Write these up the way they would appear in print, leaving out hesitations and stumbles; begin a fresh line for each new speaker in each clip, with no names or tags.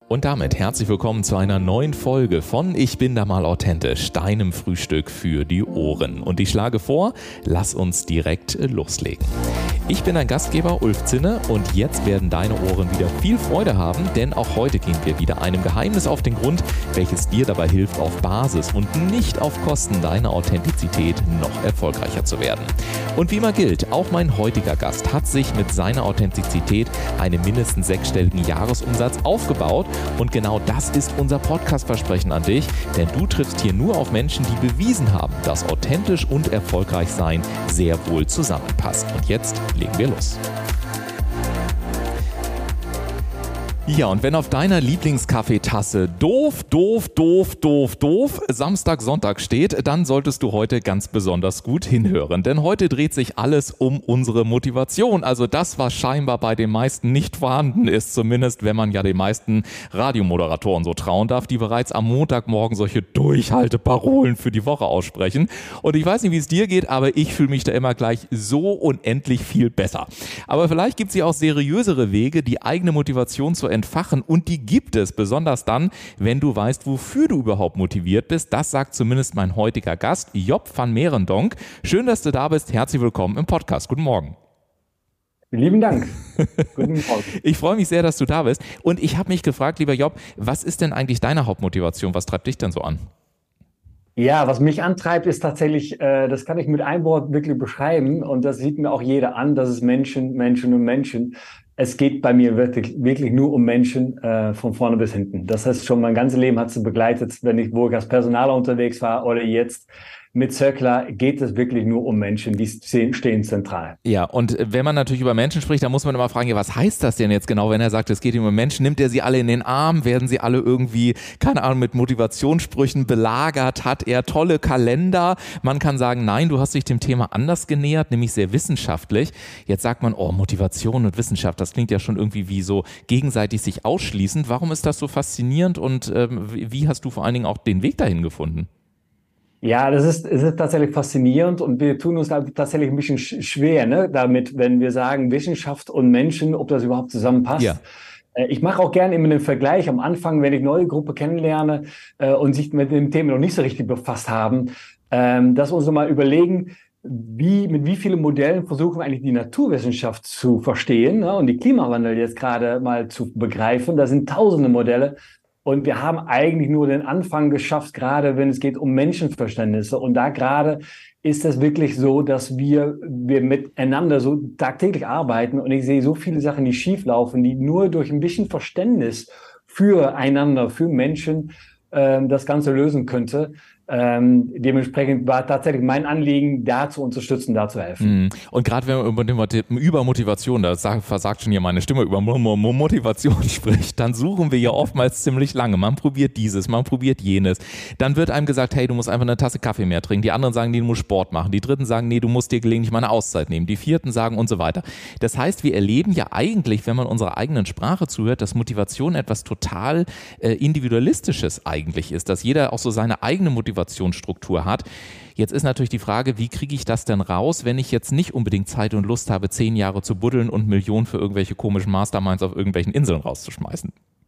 Und damit herzlich willkommen zu einer neuen Folge von Ich bin da mal authentisch, deinem Frühstück für die Ohren. Und ich schlage vor, lass uns direkt loslegen. Ich bin dein Gastgeber Ulf Zinne und jetzt werden deine Ohren wieder viel Freude haben, denn auch heute gehen wir wieder einem Geheimnis auf den Grund, welches dir dabei hilft, auf Basis und nicht auf Kosten deiner Authentizität noch erfolgreicher zu werden. Und wie immer gilt, auch mein heutiger Gast hat sich mit seiner Authentizität einen mindestens sechsstelligen Jahresumsatz aufgebaut. Und genau das ist unser Podcast-Versprechen an dich, denn du triffst hier nur auf Menschen, die bewiesen haben, dass authentisch und erfolgreich sein sehr wohl zusammenpasst. Und jetzt legen wir los. Ja, und wenn auf deiner Lieblingskaffeetasse doof Samstag, Sonntag steht, dann solltest du heute ganz besonders gut hinhören. Denn heute dreht sich alles um unsere Motivation. Also das, was scheinbar bei den meisten nicht vorhanden ist, zumindest wenn man ja den meisten Radiomoderatoren so trauen darf, die bereits am Montagmorgen solche Durchhalteparolen für die Woche aussprechen. Und ich weiß nicht, wie es dir geht, aber ich fühle mich da immer gleich so unendlich viel besser. Aber vielleicht gibt es ja auch seriösere Wege, die eigene Motivation zu entfachen, und die gibt es, besonders dann, wenn du weißt, wofür du überhaupt motiviert bist. Das sagt zumindest mein heutiger Gast, Job van Meerendonck. Schön, dass du da bist. Herzlich willkommen im Podcast. Guten Morgen.
Lieben Dank. Guten Morgen.
Ich freue mich sehr, dass du da bist. Und ich habe mich gefragt, lieber Job, was ist denn eigentlich deine Hauptmotivation? Was treibt dich denn so an?
Ja, was mich antreibt, ist tatsächlich, das kann ich mit einem Wort wirklich beschreiben, und das sieht mir auch jeder an, das ist Menschen, Menschen und Menschen. Es geht bei mir wirklich nur um Menschen, von vorne bis hinten. Das heißt, schon mein ganzes Leben hat es begleitet, wo ich als Personaler unterwegs war oder jetzt. Mit Circular geht es wirklich nur um Menschen, die stehen zentral.
Ja, und wenn man natürlich über Menschen spricht, dann muss man immer fragen, ja, was heißt das denn jetzt genau, wenn er sagt, es geht um Menschen? Nimmt er sie alle in den Arm? Werden sie alle irgendwie, keine Ahnung, mit Motivationssprüchen belagert? Hat er tolle Kalender? Man kann sagen, nein, du hast dich dem Thema anders genähert, nämlich sehr wissenschaftlich. Jetzt sagt man, oh, Motivation und Wissenschaft, das klingt ja schon irgendwie wie so gegenseitig sich ausschließend. Warum ist das so faszinierend und wie hast du vor allen Dingen auch den Weg dahin gefunden?
Ja, es ist tatsächlich faszinierend, und wir tun uns tatsächlich ein bisschen schwer, ne, damit, wenn wir sagen Wissenschaft und Menschen, ob das überhaupt zusammenpasst.
Ja.
Ich mache auch gerne immer den Vergleich am Anfang, wenn ich neue Gruppe kennenlerne und sich mit dem Thema noch nicht so richtig befasst haben, dass wir uns mal überlegen, mit wie vielen Modellen versuchen wir eigentlich die Naturwissenschaft zu verstehen, ne, und die Klimawandel jetzt gerade mal zu begreifen. Da sind tausende Modelle. Und wir haben eigentlich nur den Anfang geschafft, gerade wenn es geht um Menschenverständnisse. Und da gerade ist es wirklich so, dass wir miteinander so tagtäglich arbeiten. Und ich sehe so viele Sachen, die schief laufen, die nur durch ein bisschen Verständnis füreinander, für Menschen das Ganze lösen könnte. Dementsprechend war tatsächlich mein Anliegen, da zu unterstützen, da zu helfen.
Und gerade wenn man über Motivation, da versagt schon hier meine Stimme, über Motivation spricht, dann suchen wir ja oftmals ziemlich lange. Man probiert dieses, man probiert jenes. Dann wird einem gesagt, hey, du musst einfach eine Tasse Kaffee mehr trinken. Die anderen sagen, nee, du musst Sport machen. Die Dritten sagen, nee, du musst dir gelegentlich mal eine Auszeit nehmen. Die Vierten sagen und so weiter. Das heißt, wir erleben ja eigentlich, wenn man unserer eigenen Sprache zuhört, dass Motivation etwas total Individualistisches eigentlich ist, dass jeder auch so seine eigene Motivationsstruktur hat. Jetzt ist natürlich die Frage, wie kriege ich das denn raus, wenn ich jetzt nicht unbedingt Zeit und Lust habe, 10 Jahre zu buddeln und Millionen für irgendwelche komischen Masterminds auf irgendwelchen Inseln rauszuschmeißen?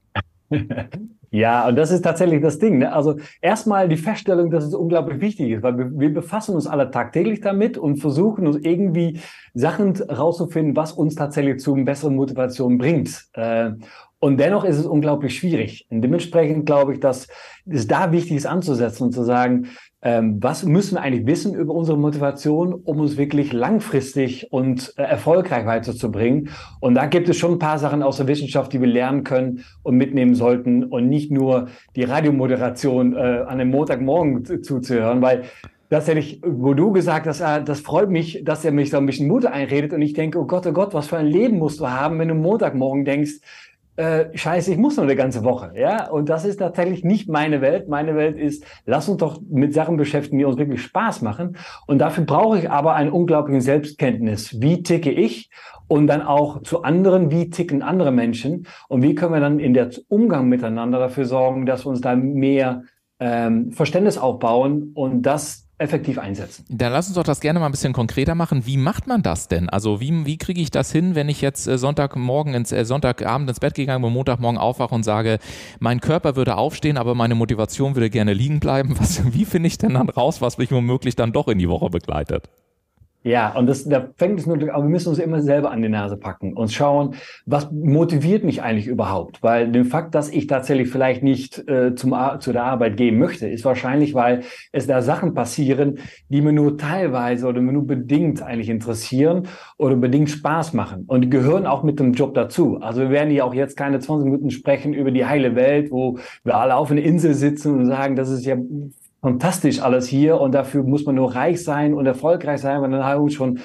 Ja, und das ist tatsächlich das Ding, ne? Also erstmal die Feststellung, dass es unglaublich wichtig ist, weil wir befassen uns alle tagtäglich damit und versuchen uns irgendwie Sachen rauszufinden, was uns tatsächlich zu einer besseren Motivation bringt. Und dennoch ist es unglaublich schwierig. Und dementsprechend glaube ich, dass es da wichtig ist anzusetzen und zu sagen, was müssen wir eigentlich wissen über unsere Motivation, um uns wirklich langfristig und erfolgreich weiterzubringen. Und da gibt es schon ein paar Sachen aus der Wissenschaft, die wir lernen können und mitnehmen sollten, und nicht nur die Radiomoderation an einem Montagmorgen zuzuhören, weil tatsächlich, wo du gesagt hast, das freut mich, dass er mich so ein bisschen Mut einredet, und ich denke, oh Gott, was für ein Leben musst du haben, wenn du Montagmorgen denkst, Scheiße, ich muss noch eine ganze Woche, ja, und das ist tatsächlich nicht meine Welt. Meine Welt ist, lass uns doch mit Sachen beschäftigen, die uns wirklich Spaß machen, und dafür brauche ich aber eine unglaubliche Selbstkenntnis. Wie ticke ich? Und dann auch zu anderen, wie ticken andere Menschen, und wie können wir dann in der Umgang miteinander dafür sorgen, dass wir uns da mehr Verständnis aufbauen, und das effektiv einsetzen.
Dann lass uns doch das gerne mal ein bisschen konkreter machen. Wie macht man das denn? Also wie kriege ich das hin, wenn ich jetzt Sonntagabend ins Bett gegangen bin, Montagmorgen aufwache und sage, mein Körper würde aufstehen, aber meine Motivation würde gerne liegen bleiben. Wie finde ich denn dann raus, was mich womöglich dann doch in die Woche begleitet?
Ja, und da fängt es natürlich, aber wir müssen uns immer selber an die Nase packen und schauen, was motiviert mich eigentlich überhaupt? Weil den Fakt, dass ich tatsächlich vielleicht nicht zu der Arbeit gehen möchte, ist wahrscheinlich, weil es da Sachen passieren, die mir nur teilweise oder mir nur bedingt eigentlich interessieren oder bedingt Spaß machen. Und die gehören auch mit dem Job dazu. Also wir werden hier auch jetzt keine 20 Minuten sprechen über die heile Welt, wo wir alle auf einer Insel sitzen und sagen, das ist ja fantastisch alles hier und dafür muss man nur reich sein und erfolgreich sein, weil dann haben schon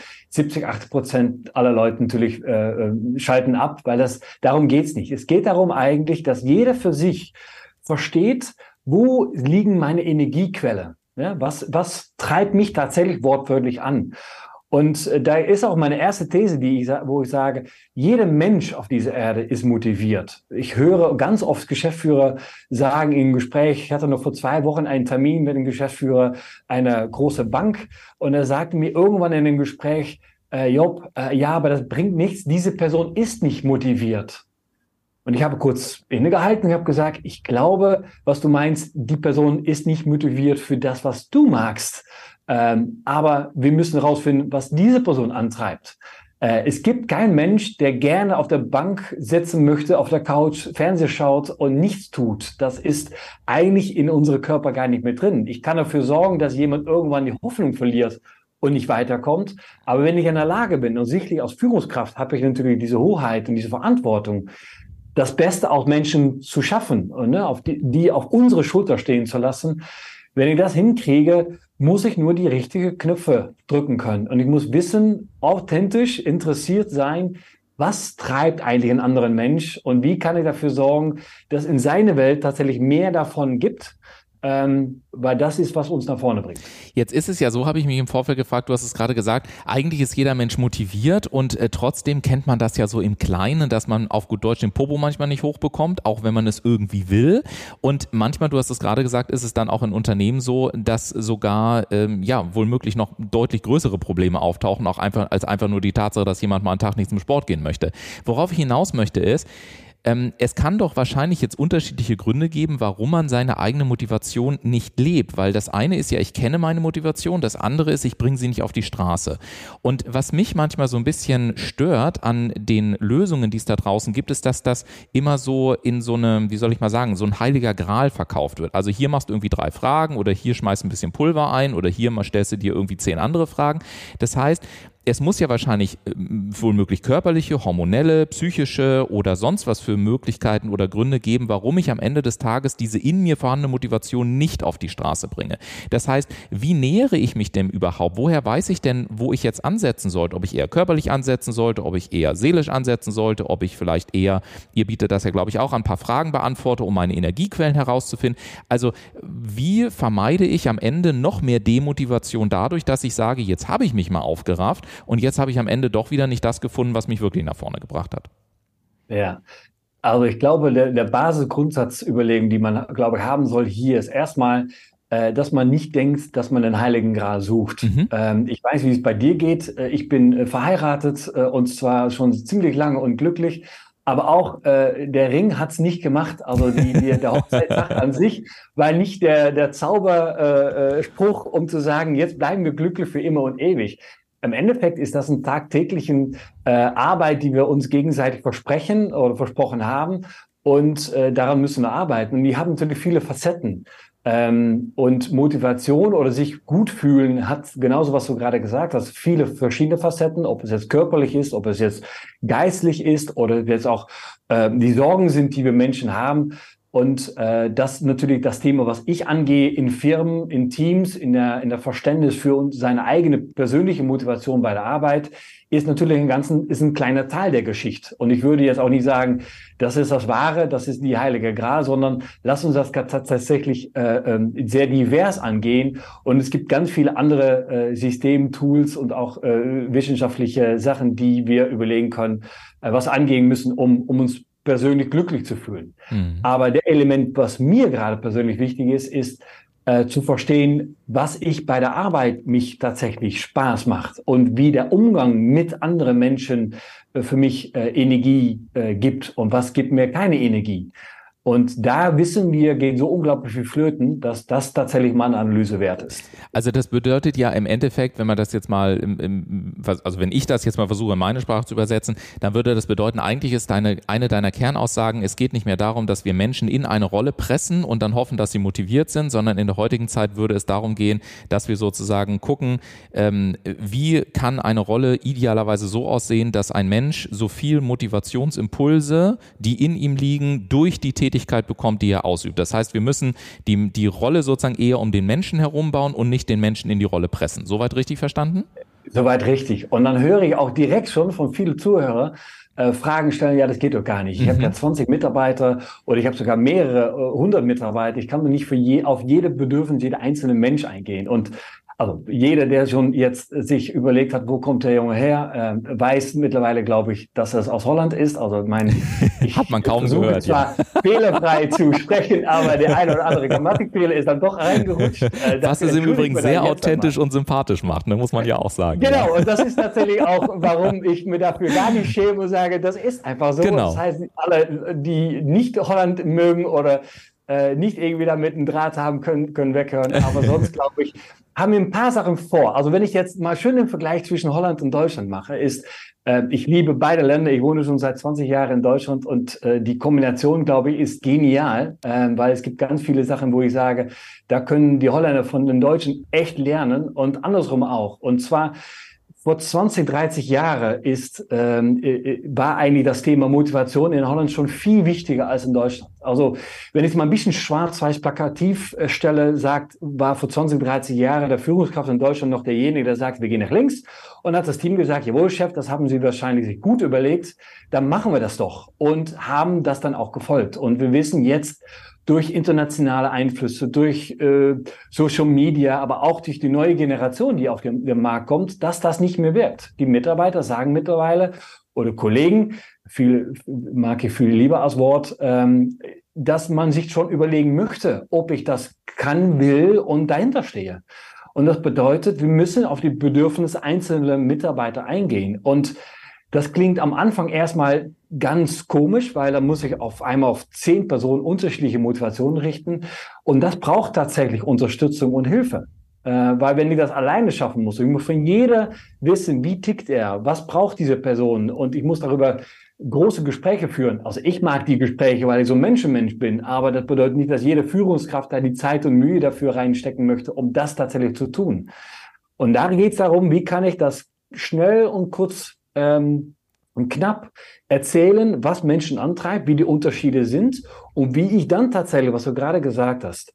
70-80% aller Leute natürlich schalten ab, weil darum geht's nicht. Es geht darum eigentlich, dass jeder für sich versteht, wo liegen meine Energiequellen? Ja, was treibt mich tatsächlich wortwörtlich an? Und da ist auch meine erste These, wo ich sage, jeder Mensch auf dieser Erde ist motiviert. Ich höre ganz oft Geschäftsführer sagen im Gespräch, ich hatte noch vor 2 Wochen einen Termin mit einem Geschäftsführer einer großen Bank und er sagte mir irgendwann in dem Gespräch, Job, ja, aber das bringt nichts, diese Person ist nicht motiviert. Und ich habe kurz innegehalten und habe gesagt, ich glaube, was du meinst, die Person ist nicht motiviert für das, was du magst. Aber wir müssen herausfinden, was diese Person antreibt. Es gibt keinen Mensch, der gerne auf der Bank sitzen möchte, auf der Couch Fernsehen schaut und nichts tut. Das ist eigentlich in unserem Körper gar nicht mehr drin. Ich kann dafür sorgen, dass jemand irgendwann die Hoffnung verliert und nicht weiterkommt. Aber wenn ich in der Lage bin, und sicherlich als Führungskraft habe ich natürlich diese Hoheit und diese Verantwortung, das Beste aus Menschen zu schaffen und die auf unsere Schulter stehen zu lassen. Wenn ich das hinkriege, muss ich nur die richtigen Knöpfe drücken können. Und ich muss wissen, authentisch interessiert sein, was treibt eigentlich einen anderen Mensch und wie kann ich dafür sorgen, dass in seine Welt tatsächlich mehr davon gibt, weil das ist, was uns nach vorne bringt.
Jetzt ist es ja so, habe ich mich im Vorfeld gefragt, du hast es gerade gesagt, eigentlich ist jeder Mensch motiviert und trotzdem kennt man das ja so im Kleinen, dass man auf gut Deutsch den Popo manchmal nicht hochbekommt, auch wenn man es irgendwie will. Und manchmal, du hast es gerade gesagt, ist es dann auch in Unternehmen so, dass sogar wohl möglich noch deutlich größere Probleme auftauchen, auch als einfach nur die Tatsache, dass jemand mal einen Tag nicht zum Sport gehen möchte. Worauf ich hinaus möchte ist, es kann doch wahrscheinlich jetzt unterschiedliche Gründe geben, warum man seine eigene Motivation nicht lebt, weil das eine ist ja, ich kenne meine Motivation, das andere ist, ich bringe sie nicht auf die Straße. Und was mich manchmal so ein bisschen stört an den Lösungen, die es da draußen gibt, ist, dass das immer so in so eine, wie soll ich mal sagen, so ein heiliger Gral verkauft wird. Also hier machst du irgendwie 3 Fragen oder hier schmeißt ein bisschen Pulver ein oder hier mal stellst du dir irgendwie 10 andere Fragen. Das heißt, es muss ja wahrscheinlich wohlmöglich körperliche, hormonelle, psychische oder sonst was für Möglichkeiten oder Gründe geben, warum ich am Ende des Tages diese in mir vorhandene Motivation nicht auf die Straße bringe. Das heißt, wie nähere ich mich dem überhaupt? Woher weiß ich denn, wo ich jetzt ansetzen sollte? Ob ich eher körperlich ansetzen sollte, ob ich eher seelisch ansetzen sollte, ob ich vielleicht eher, ihr bietet das ja glaube ich auch, ein paar Fragen beantworte, um meine Energiequellen herauszufinden. Also wie vermeide ich am Ende noch mehr Demotivation dadurch, dass ich sage, jetzt habe ich mich mal aufgerafft und jetzt habe ich am Ende doch wieder nicht das gefunden, was mich wirklich nach vorne gebracht hat.
Ja, also ich glaube, der Basisgrundsatzüberlegung, die man, glaube ich, haben soll hier, ist erstmal, dass man nicht denkt, dass man den Heiligen Gral sucht. Ich weiß, wie es bei dir geht. Ich bin verheiratet und zwar schon ziemlich lange und glücklich. Aber auch der Ring hat's nicht gemacht, also der Hochzeitstag an sich, war nicht der Zauberspruch, um zu sagen, jetzt bleiben wir glücklich für immer und ewig. Im Endeffekt ist das eine tagtägliche Arbeit, die wir uns gegenseitig versprechen oder versprochen haben. Und daran müssen wir arbeiten. Und die haben natürlich viele Facetten. Und Motivation oder sich gut fühlen hat genauso, was du gerade gesagt hast, viele verschiedene Facetten, ob es jetzt körperlich ist, ob es jetzt geistlich ist oder jetzt auch die Sorgen sind, die wir Menschen haben. Und das natürlich das Thema, was ich angehe in Firmen, in Teams, in der Verständnis für uns, seine eigene persönliche Motivation bei der Arbeit, ist natürlich ist ein kleiner Teil der Geschichte. Und ich würde jetzt auch nicht sagen, das ist das Wahre, das ist die heilige Gral, sondern lass uns das tatsächlich sehr divers angehen. Und es gibt ganz viele andere Systemtools und auch wissenschaftliche Sachen, die wir überlegen können, was angehen müssen, um uns persönlich glücklich zu fühlen. Aber der Element, was mir gerade persönlich wichtig ist, zu verstehen, was ich bei der Arbeit mich tatsächlich Spaß macht und wie der Umgang mit anderen Menschen für mich Energie gibt und was gibt mir keine Energie. Und da wissen wir, geht so unglaublich viel flöten, dass das tatsächlich mal eine Analyse wert ist.
Also das bedeutet ja im Endeffekt, wenn man das jetzt mal, also wenn ich das jetzt mal versuche, in meine Sprache zu übersetzen, dann würde das bedeuten, eigentlich ist eine deiner Kernaussagen, es geht nicht mehr darum, dass wir Menschen in eine Rolle pressen und dann hoffen, dass sie motiviert sind, sondern in der heutigen Zeit würde es darum gehen, dass wir sozusagen gucken, wie kann eine Rolle idealerweise so aussehen, dass ein Mensch so viel Motivationsimpulse, die in ihm liegen, durch die Tätigkeit bekommt, die er ausübt. Das heißt, wir müssen die Rolle sozusagen eher um den Menschen herum bauen und nicht den Menschen in die Rolle pressen. Soweit richtig verstanden?
Soweit richtig. Und dann höre ich auch direkt schon von vielen Zuhörern Fragen stellen, ja, das geht doch gar nicht. Ich habe ja 20 Mitarbeiter oder ich habe sogar mehrere 100 Mitarbeiter. Ich kann doch nicht auf jede Bedürfnis, jeder einzelne Mensch eingehen. Und also jeder, der schon jetzt sich überlegt hat, wo kommt der Junge her, weiß mittlerweile, glaube ich, dass es aus Holland ist. Also ich
hat man kaum gehört.
Zwar fehlerfrei zu sprechen, aber der eine oder andere Grammatikfehler ist dann doch reingerutscht.
Was es im Übrigen sehr authentisch und sympathisch macht, ne, muss man ja auch sagen.
Genau, und das ist tatsächlich auch, warum ich mir dafür gar nicht schäme und sage, das ist einfach so.
Genau.
Das heißt, alle, die nicht Holland mögen oder nicht irgendwie damit einen Draht haben können weghören. Aber sonst, glaube ich, haben wir ein paar Sachen vor. Also wenn ich jetzt mal schön den Vergleich zwischen Holland und Deutschland mache, ist, ich liebe beide Länder. Ich wohne schon seit 20 Jahren in Deutschland und die Kombination, glaube ich, ist genial, weil es gibt ganz viele Sachen, wo ich sage, da können die Holländer von den Deutschen echt lernen und andersrum auch. Und zwar vor 20, 30 Jahren war eigentlich das Thema Motivation in Holland schon viel wichtiger als in Deutschland. Also wenn ich es mal ein bisschen schwarz-weiß plakativ stelle, war vor 20, 30 Jahren der Führungskraft in Deutschland noch derjenige, der sagt, wir gehen nach links. Und hat das Team gesagt, jawohl, Chef, das haben Sie wahrscheinlich sich gut überlegt, dann machen wir das doch. Und haben das dann auch gefolgt. Und wir wissen jetzt, durch internationale Einflüsse, durch Social Media, aber auch durch die neue Generation, die auf den Markt kommt, dass das nicht mehr wirkt. Die Mitarbeiter sagen mittlerweile, oder Kollegen, mag ich viel lieber als Wort, dass man sich schon überlegen möchte, ob ich das kann, will und dahinter stehe. Und das bedeutet, wir müssen auf die Bedürfnisse einzelner Mitarbeiter eingehen. Und das klingt am Anfang erstmal ganz komisch, weil da muss ich auf einmal auf 10 Personen unterschiedliche Motivationen richten. Und das braucht tatsächlich Unterstützung und Hilfe. Weil wenn ich das alleine schaffen muss, ich muss von jeder wissen, wie tickt er, was braucht diese Person. Und ich muss darüber große Gespräche führen. Also ich mag die Gespräche, weil ich so ein Mensch bin. Aber das bedeutet nicht, dass jede Führungskraft da die Zeit und Mühe dafür reinstecken möchte, um das tatsächlich zu tun. Und da geht es darum, wie kann ich das schnell und kurz und knapp erzählen, was Menschen antreibt, wie die Unterschiede sind und wie ich dann tatsächlich, was du gerade gesagt hast,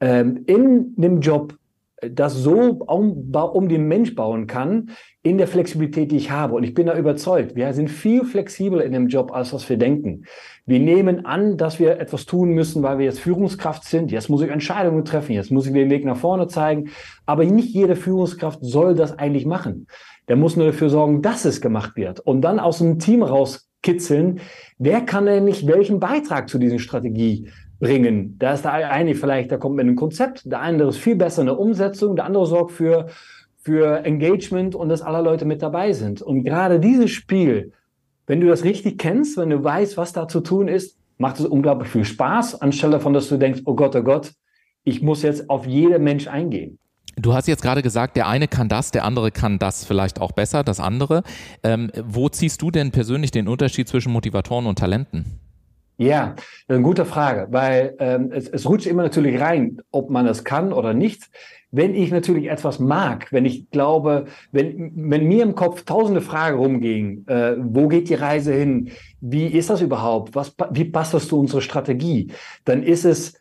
in dem Job das so um den Mensch bauen kann, in der Flexibilität, die ich habe. Und ich bin da überzeugt, wir sind viel flexibler in dem Job, als was wir denken. Wir nehmen an, dass wir etwas tun müssen, weil wir jetzt Führungskraft sind. Jetzt muss ich Entscheidungen treffen, jetzt muss ich den Weg nach vorne zeigen. Aber nicht jede Führungskraft soll das eigentlich machen. Der muss nur dafür sorgen, dass es gemacht wird. Und dann aus einem Team rauskitzeln, wer kann denn nicht welchen Beitrag zu dieser Strategie bringen? Da ist der eine vielleicht, der kommt mit einem Konzept, der andere ist viel besser in der Umsetzung, der andere sorgt für Engagement und dass alle Leute mit dabei sind. Und gerade dieses Spiel, wenn du das richtig kennst, wenn du weißt, was da zu tun ist, macht es unglaublich viel Spaß, anstelle davon, dass du denkst, oh Gott, ich muss jetzt auf jeden Mensch eingehen.
Du hast jetzt gerade gesagt, der eine kann das, der andere kann das vielleicht auch besser, das andere. Wo ziehst du denn persönlich den Unterschied zwischen Motivatoren und Talenten?
Ja, das ist eine gute Frage, weil es rutscht immer natürlich rein, ob man es kann oder nicht. Wenn ich natürlich etwas mag, wenn ich glaube, wenn mir im Kopf tausende Fragen rumgehen, wo geht die Reise hin, wie ist das überhaupt, wie passt das zu unserer Strategie, dann ist es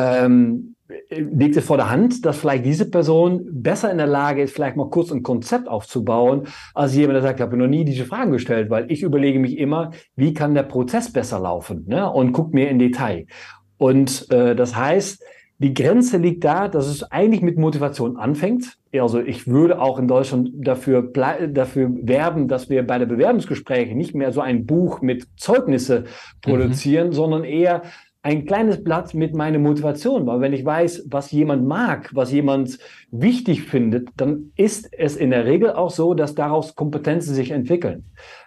liegt es vor der Hand, dass vielleicht diese Person besser in der Lage ist, vielleicht mal kurz ein Konzept aufzubauen, als jemand, der sagt, ich habe mir noch nie diese Fragen gestellt, weil ich überlege mich immer, wie kann der Prozess besser laufen, ne? Und gucke mir in Detail. Und das heißt, die Grenze liegt da, dass es eigentlich mit Motivation anfängt. Also ich würde auch in Deutschland dafür werben, dass wir bei der Bewerbungsgespräche nicht mehr so ein Buch mit Zeugnisse produzieren, sondern eher ein kleines Blatt mit meiner Motivation, weil wenn ich weiß, was jemand mag, was jemand wichtig findet, dann ist es in der Regel auch so, dass daraus Kompetenzen sich entwickeln.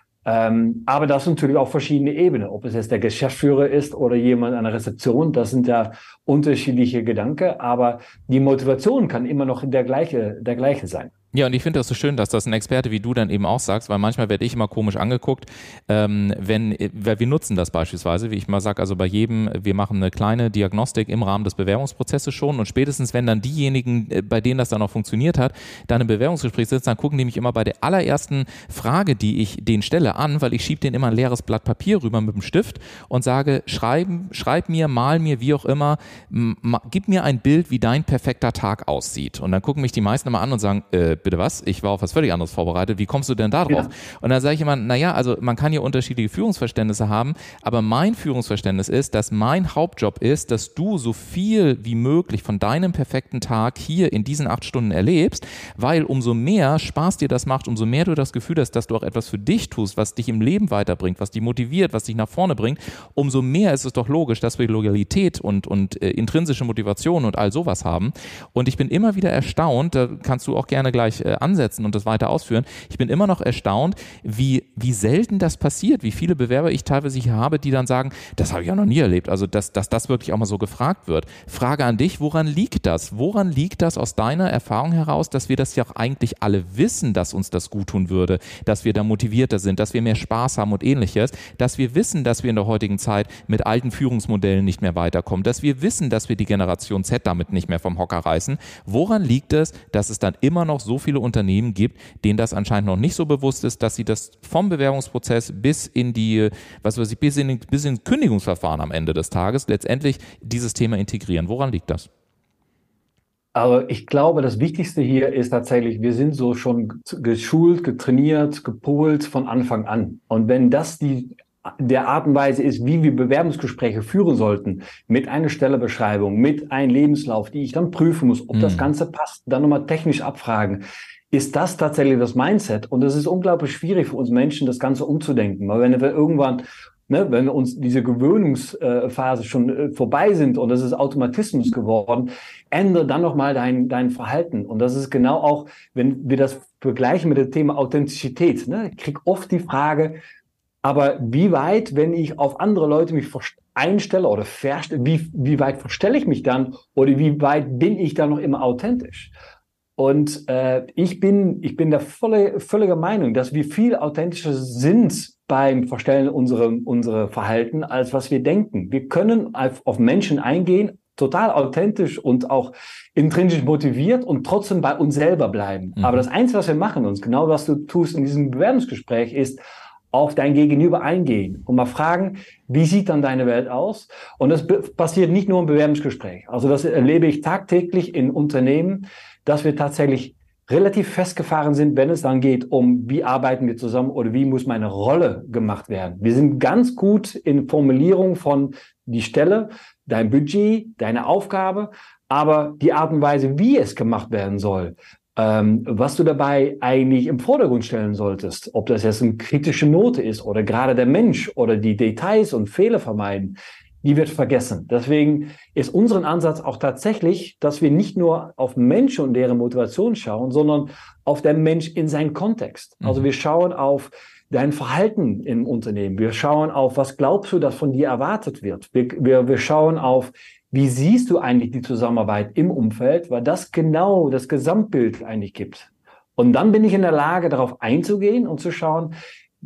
Aber das sind natürlich auch verschiedene Ebenen, ob es jetzt der Geschäftsführer ist oder jemand an der Rezeption, das sind ja unterschiedliche Gedanken, aber die Motivation kann immer noch der gleiche sein.
Ja, und ich finde das so schön, dass das ein Experte wie du dann eben auch sagst, weil manchmal werde ich immer komisch angeguckt, weil wir nutzen das beispielsweise, wie ich mal sage, also bei jedem, wir machen eine kleine Diagnostik im Rahmen des Bewerbungsprozesses schon und spätestens, wenn dann diejenigen, bei denen das dann auch funktioniert hat, dann im Bewerbungsgespräch sitzen, dann gucken die mich immer bei der allerersten Frage, die ich denen stelle, an, weil ich schiebe denen immer ein leeres Blatt Papier rüber mit dem Stift und sage, schreib mir, mal mir, wie auch immer, gib mir ein Bild, wie dein perfekter Tag aussieht. Und dann gucken mich die meisten immer an und sagen, bitte was? Ich war auf was völlig anderes vorbereitet. Wie kommst du denn da drauf? Ja. Und dann sage ich immer, naja, also man kann hier unterschiedliche Führungsverständnisse haben, aber mein Führungsverständnis ist, dass mein Hauptjob ist, dass du so viel wie möglich von deinem perfekten Tag hier in diesen 8 Stunden erlebst, weil umso mehr Spaß dir das macht, umso mehr du das Gefühl hast, dass du auch etwas für dich tust, was dich im Leben weiterbringt, was dich motiviert, was dich nach vorne bringt, umso mehr ist es doch logisch, dass wir Loyalität und intrinsische Motivation und all sowas haben. Und ich bin immer wieder erstaunt, da kannst du auch gerne gleich ansetzen und das weiter ausführen. Ich bin immer noch erstaunt, wie selten das passiert, wie viele Bewerber ich teilweise hier habe, die dann sagen, das habe ich ja noch nie erlebt, also dass das wirklich auch mal so gefragt wird. Frage an dich, woran liegt das? Woran liegt das aus deiner Erfahrung heraus, dass wir das ja auch eigentlich alle wissen, dass uns das gut tun würde, dass wir da motivierter sind, dass wir mehr Spaß haben und ähnliches, dass wir wissen, dass wir in der heutigen Zeit mit alten Führungsmodellen nicht mehr weiterkommen, dass wir wissen, dass wir die Generation Z damit nicht mehr vom Hocker reißen. Woran liegt es, dass es dann immer noch so viele Unternehmen gibt, denen das anscheinend noch nicht so bewusst ist, dass sie das vom Bewerbungsprozess bis in die, bis in Kündigungsverfahren am Ende des Tages letztendlich dieses Thema integrieren? Woran liegt das?
Aber ich glaube, das Wichtigste hier ist tatsächlich, wir sind so schon geschult, getrainiert, gepolt von Anfang an. Und wenn das der Art und Weise ist, wie wir Bewerbungsgespräche führen sollten, mit einer Stellebeschreibung, mit einem Lebenslauf, die ich dann prüfen muss, ob das Ganze passt, dann nochmal technisch abfragen, ist das tatsächlich das Mindset. Und es ist unglaublich schwierig für uns Menschen, das Ganze umzudenken. Weil wenn wir irgendwann, wenn wir uns diese Gewöhnungsphase schon vorbei sind und das ist Automatismus geworden, ändere dann nochmal dein Verhalten. Und das ist genau auch, wenn wir das vergleichen mit dem Thema Authentizität. Ich kriege oft die Frage, aber wie weit, wenn ich auf andere Leute mich einstelle oder wie weit verstelle ich mich dann oder wie weit bin ich dann noch immer authentisch? Und ich bin der völlige Meinung, dass wir viel authentischer sind beim Verstellen unserer Verhalten, als was wir denken. Wir können auf Menschen eingehen, total authentisch und auch intrinsisch motiviert und trotzdem bei uns selber bleiben. Aber das Einzige, was wir machen, uns genau was du tust in diesem Bewerbungsgespräch, ist auf dein Gegenüber eingehen und mal fragen, wie sieht dann deine Welt aus? Und das passiert nicht nur im Bewerbungsgespräch. Also das erlebe ich tagtäglich in Unternehmen, dass wir tatsächlich relativ festgefahren sind, wenn es dann geht wie arbeiten wir zusammen oder wie muss meine Rolle gemacht werden. Wir sind ganz gut in Formulierung von die Stelle, dein Budget, deine Aufgabe, aber die Art und Weise, wie es gemacht werden soll, was du dabei eigentlich im Vordergrund stellen solltest, ob das jetzt eine kritische Note ist oder gerade der Mensch oder die Details und Fehler vermeiden, die wird vergessen. Deswegen ist unser Ansatz auch tatsächlich, dass wir nicht nur auf Menschen und deren Motivation schauen, sondern auf den Mensch in seinen Kontext. Also wir schauen auf dein Verhalten im Unternehmen. Wir schauen auf, was glaubst du, dass von dir erwartet wird. Wir schauen auf, wie siehst du eigentlich die Zusammenarbeit im Umfeld, weil das genau das Gesamtbild eigentlich gibt. Und dann bin ich in der Lage, darauf einzugehen und zu schauen,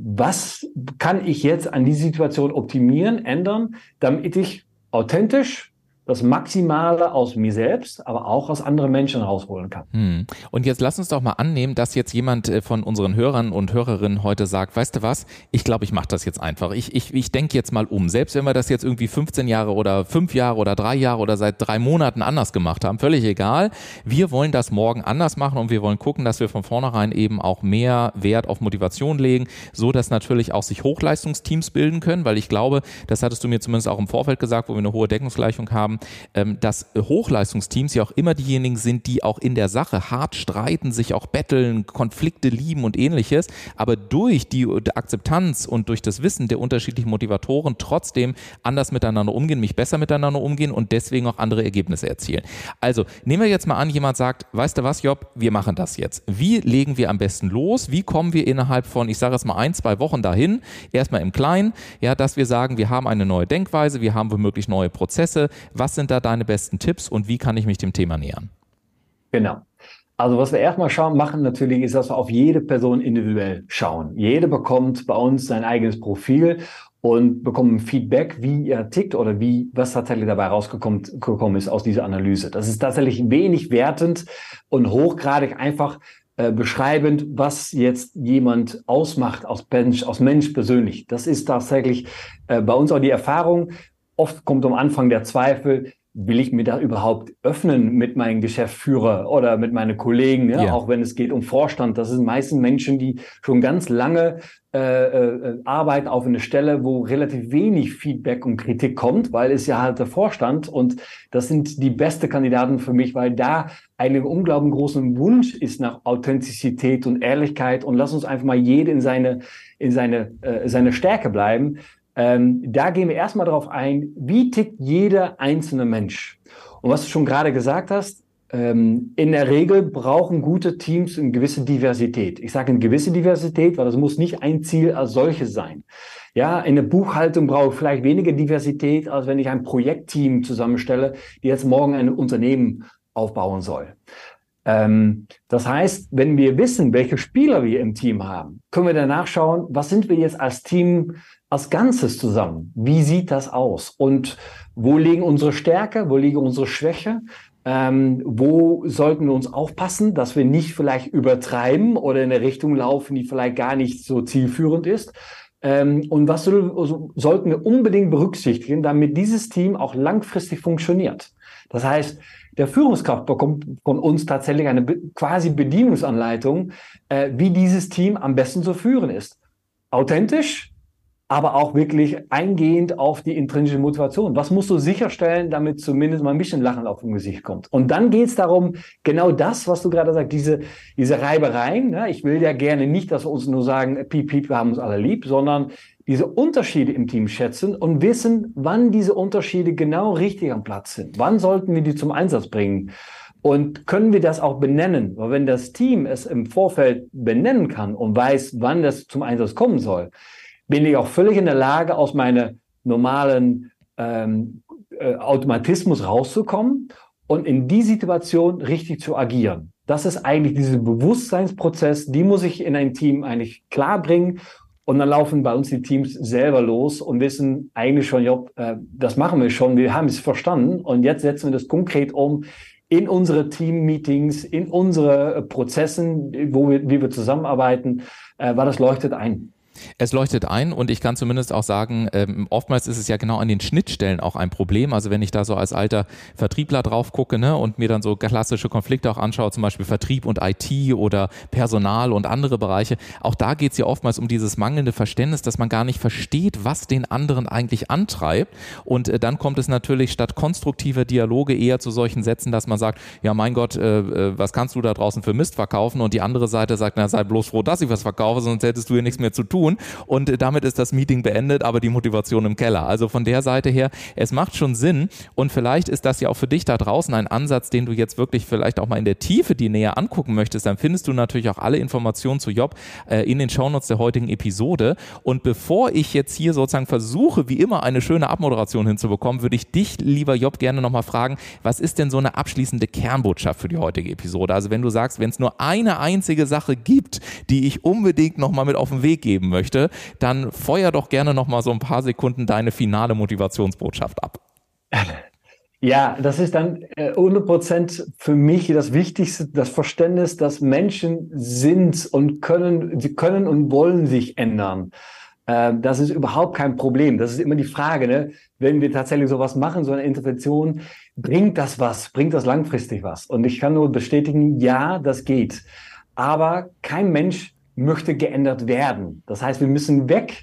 was kann ich jetzt an dieser Situation optimieren, ändern, damit ich authentisch das Maximale aus mir selbst, aber auch aus anderen Menschen rausholen kann.
Und jetzt lass uns doch mal annehmen, dass jetzt jemand von unseren Hörern und Hörerinnen heute sagt, weißt du was, ich glaube, ich mache das jetzt einfach. Ich denke jetzt mal um. Selbst wenn wir das jetzt irgendwie 15 Jahre oder 5 Jahre oder 3 Jahre oder seit 3 Monaten anders gemacht haben, völlig egal. Wir wollen das morgen anders machen und wir wollen gucken, dass wir von vornherein eben auch mehr Wert auf Motivation legen, so dass natürlich auch sich Hochleistungsteams bilden können, weil ich glaube, das hattest du mir zumindest auch im Vorfeld gesagt, wo wir eine hohe Deckungsgleichung haben, haben, dass Hochleistungsteams ja auch immer diejenigen sind, die auch in der Sache hart streiten, sich auch betteln, Konflikte lieben und ähnliches, aber durch die Akzeptanz und durch das Wissen der unterschiedlichen Motivatoren trotzdem anders miteinander umgehen, mich besser miteinander umgehen und deswegen auch andere Ergebnisse erzielen. Also nehmen wir jetzt mal an, jemand sagt, weißt du was, Job, wir machen das jetzt. Wie legen wir am besten los? Wie kommen wir innerhalb von, ich sage es mal 1-2 Wochen dahin, erstmal im Kleinen, ja, dass wir sagen, wir haben eine neue Denkweise, wir haben womöglich neue Prozesse. Was sind da deine besten Tipps und wie kann ich mich dem Thema nähern?
Genau. Also was wir erstmal machen natürlich, ist, dass wir auf jede Person individuell schauen. Jede bekommt bei uns sein eigenes Profil und bekommt Feedback, wie er tickt oder was tatsächlich dabei rausgekommen ist aus dieser Analyse. Das ist tatsächlich wenig wertend und hochgradig einfach beschreibend, was jetzt jemand ausmacht aus Mensch persönlich. Das ist tatsächlich bei uns auch die Erfahrung. Oft kommt am Anfang der Zweifel, will ich mir da überhaupt öffnen mit meinem Geschäftsführer oder mit meinen Kollegen, ja? Auch wenn es geht um Vorstand. Das sind meistens Menschen, die schon ganz lange arbeiten auf einer Stelle, wo relativ wenig Feedback und Kritik kommt, weil es ja halt der Vorstand und das sind die besten Kandidaten für mich, weil da einen unglaublich großen Wunsch ist nach Authentizität und Ehrlichkeit und lass uns einfach mal jede in seine Stärke bleiben. Da gehen wir erstmal darauf ein, wie tickt jeder einzelne Mensch. Und was du schon gerade gesagt hast, in der Regel brauchen gute Teams eine gewisse Diversität. Ich sage eine gewisse Diversität, weil das muss nicht ein Ziel als solches sein. Ja, in der Buchhaltung brauche ich vielleicht weniger Diversität, als wenn ich ein Projektteam zusammenstelle, die jetzt morgen ein Unternehmen aufbauen soll. Das heißt, wenn wir wissen, welche Spieler wir im Team haben, können wir danach schauen, was sind wir jetzt als Team als Ganzes zusammen? Wie sieht das aus? Und wo liegen unsere Stärke? Wo liegen unsere Schwäche? Wo sollten wir uns aufpassen, dass wir nicht vielleicht übertreiben oder in eine Richtung laufen, die vielleicht gar nicht so zielführend ist? Und was sollten wir unbedingt berücksichtigen, damit dieses Team auch langfristig funktioniert? Das heißt, der Führungskraft bekommt von uns tatsächlich eine quasi Bedienungsanleitung, wie dieses Team am besten zu führen ist. Authentisch, aber auch wirklich eingehend auf die intrinsische Motivation. Was musst du sicherstellen, damit zumindest mal ein bisschen Lachen auf dem Gesicht kommt? Und dann geht es darum, genau das, was du gerade sagst, diese Reibereien. Ne? Ich will ja gerne nicht, dass wir uns nur sagen, piep, piep, wir haben uns alle lieb, sondern diese Unterschiede im Team schätzen und wissen, wann diese Unterschiede genau richtig am Platz sind. Wann sollten wir die zum Einsatz bringen? Und können wir das auch benennen? Weil wenn das Team es im Vorfeld benennen kann und weiß, wann das zum Einsatz kommen soll, bin ich auch völlig in der Lage, aus meinem normalen Automatismus rauszukommen und in die Situation richtig zu agieren. Das ist eigentlich dieser Bewusstseinsprozess, die muss ich in ein Team eigentlich klar bringen und dann laufen bei uns die Teams selber los und wissen eigentlich schon, das machen wir schon, wir haben es verstanden und jetzt setzen wir das konkret um in unsere Team-Meetings, in unsere Prozessen, wie wir zusammenarbeiten, weil das leuchtet ein.
Es leuchtet ein und ich kann zumindest auch sagen, oftmals ist es ja genau an den Schnittstellen auch ein Problem. Also wenn ich da so als alter Vertriebler drauf gucke, ne, und mir dann so klassische Konflikte auch anschaue, zum Beispiel Vertrieb und IT oder Personal und andere Bereiche, auch da geht es ja oftmals um dieses mangelnde Verständnis, dass man gar nicht versteht, was den anderen eigentlich antreibt. Und dann kommt es natürlich statt konstruktiver Dialoge eher zu solchen Sätzen, dass man sagt, ja mein Gott, was kannst du da draußen für Mist verkaufen? Und die andere Seite sagt, na sei bloß froh, dass ich was verkaufe, sonst hättest du hier nichts mehr zu tun. Und damit ist das Meeting beendet, aber die Motivation im Keller. Also von der Seite her, es macht schon Sinn und vielleicht ist das ja auch für dich da draußen ein Ansatz, den du jetzt wirklich vielleicht auch mal in der Tiefe die näher angucken möchtest. Dann findest du natürlich auch alle Informationen zu Job in den Shownotes der heutigen Episode. Und bevor ich jetzt hier sozusagen versuche, wie immer eine schöne Abmoderation hinzubekommen, würde ich dich, lieber Job, gerne nochmal fragen, was ist denn so eine abschließende Kernbotschaft für die heutige Episode? Also wenn du sagst, wenn es nur eine einzige Sache gibt, die ich unbedingt nochmal mit auf den Weg geben möchte, dann feuer doch gerne noch mal so ein paar Sekunden deine finale Motivationsbotschaft ab.
Ja, das ist dann 100% für mich das Wichtigste, das Verständnis, dass Menschen sind und sie können und wollen sich ändern. Das ist überhaupt kein Problem. Das ist immer die Frage, ne? Wenn wir tatsächlich sowas machen, so eine Intervention, bringt das was? Bringt das langfristig was? Und ich kann nur bestätigen, ja, das geht. Aber kein Mensch möchte geändert werden. Das heißt, wir müssen weg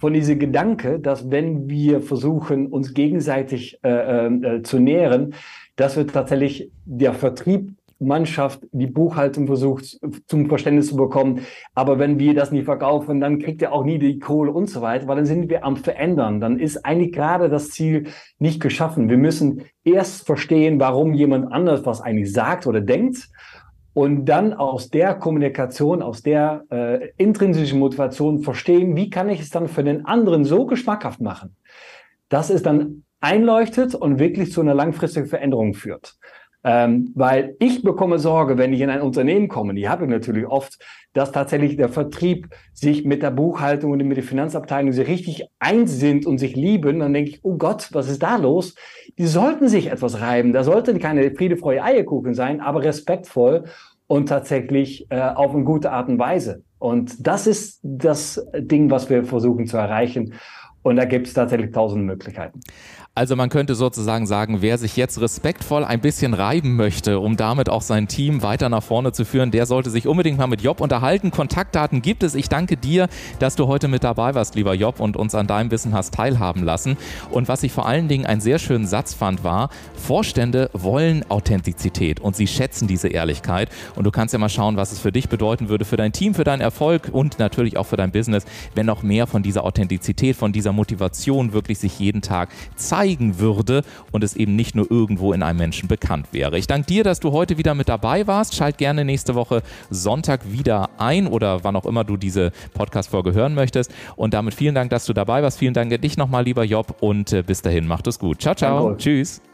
von diesem Gedanke, dass wenn wir versuchen, uns gegenseitig zu nähren, dass wir tatsächlich der Vertrieb Mannschaft die Buchhaltung versucht zum Verständnis zu bekommen, aber wenn wir das nie verkaufen, dann kriegt er auch nie die Kohle und so weiter, weil dann sind wir am Verändern. Dann ist eigentlich gerade das Ziel nicht geschaffen. Wir müssen erst verstehen, warum jemand anders was eigentlich sagt oder denkt und dann aus der Kommunikation, aus der intrinsischen Motivation verstehen, wie kann ich es dann für den anderen so geschmackhaft machen, dass es dann einleuchtet und wirklich zu einer langfristigen Veränderung führt. Weil ich bekomme Sorge, wenn ich in ein Unternehmen komme, die habe ich natürlich oft, dass tatsächlich der Vertrieb sich mit der Buchhaltung und mit der Finanzabteilung so richtig eins sind und sich lieben. Dann denke ich, oh Gott, was ist da los? Die sollten sich etwas reiben. Da sollten keine Friede, Freude, Eierkuchen sein, aber respektvoll und tatsächlich auf eine gute Art und Weise. Und das ist das Ding, was wir versuchen zu erreichen. Und da gibt es tatsächlich tausende Möglichkeiten.
Also man könnte sozusagen sagen, wer sich jetzt respektvoll ein bisschen reiben möchte, um damit auch sein Team weiter nach vorne zu führen, der sollte sich unbedingt mal mit Job unterhalten. Kontaktdaten gibt es. Ich danke dir, dass du heute mit dabei warst, lieber Job, und uns an deinem Wissen hast teilhaben lassen. Und was ich vor allen Dingen einen sehr schönen Satz fand, war, Vorstände wollen Authentizität und sie schätzen diese Ehrlichkeit. Und du kannst ja mal schauen, was es für dich bedeuten würde, für dein Team, für deinen Erfolg und natürlich auch für dein Business, wenn noch mehr von dieser Authentizität, von dieser Motivation wirklich sich jeden Tag zeigen würde und es eben nicht nur irgendwo in einem Menschen bekannt wäre. Ich danke dir, dass du heute wieder mit dabei warst. Schalt gerne nächste Woche Sonntag wieder ein oder wann auch immer du diese Podcast-Folge hören möchtest. Und damit vielen Dank, dass du dabei warst. Vielen Dank an dich nochmal, lieber Job, und bis dahin, macht es gut. Ciao, ciao.
Danke.
Tschüss.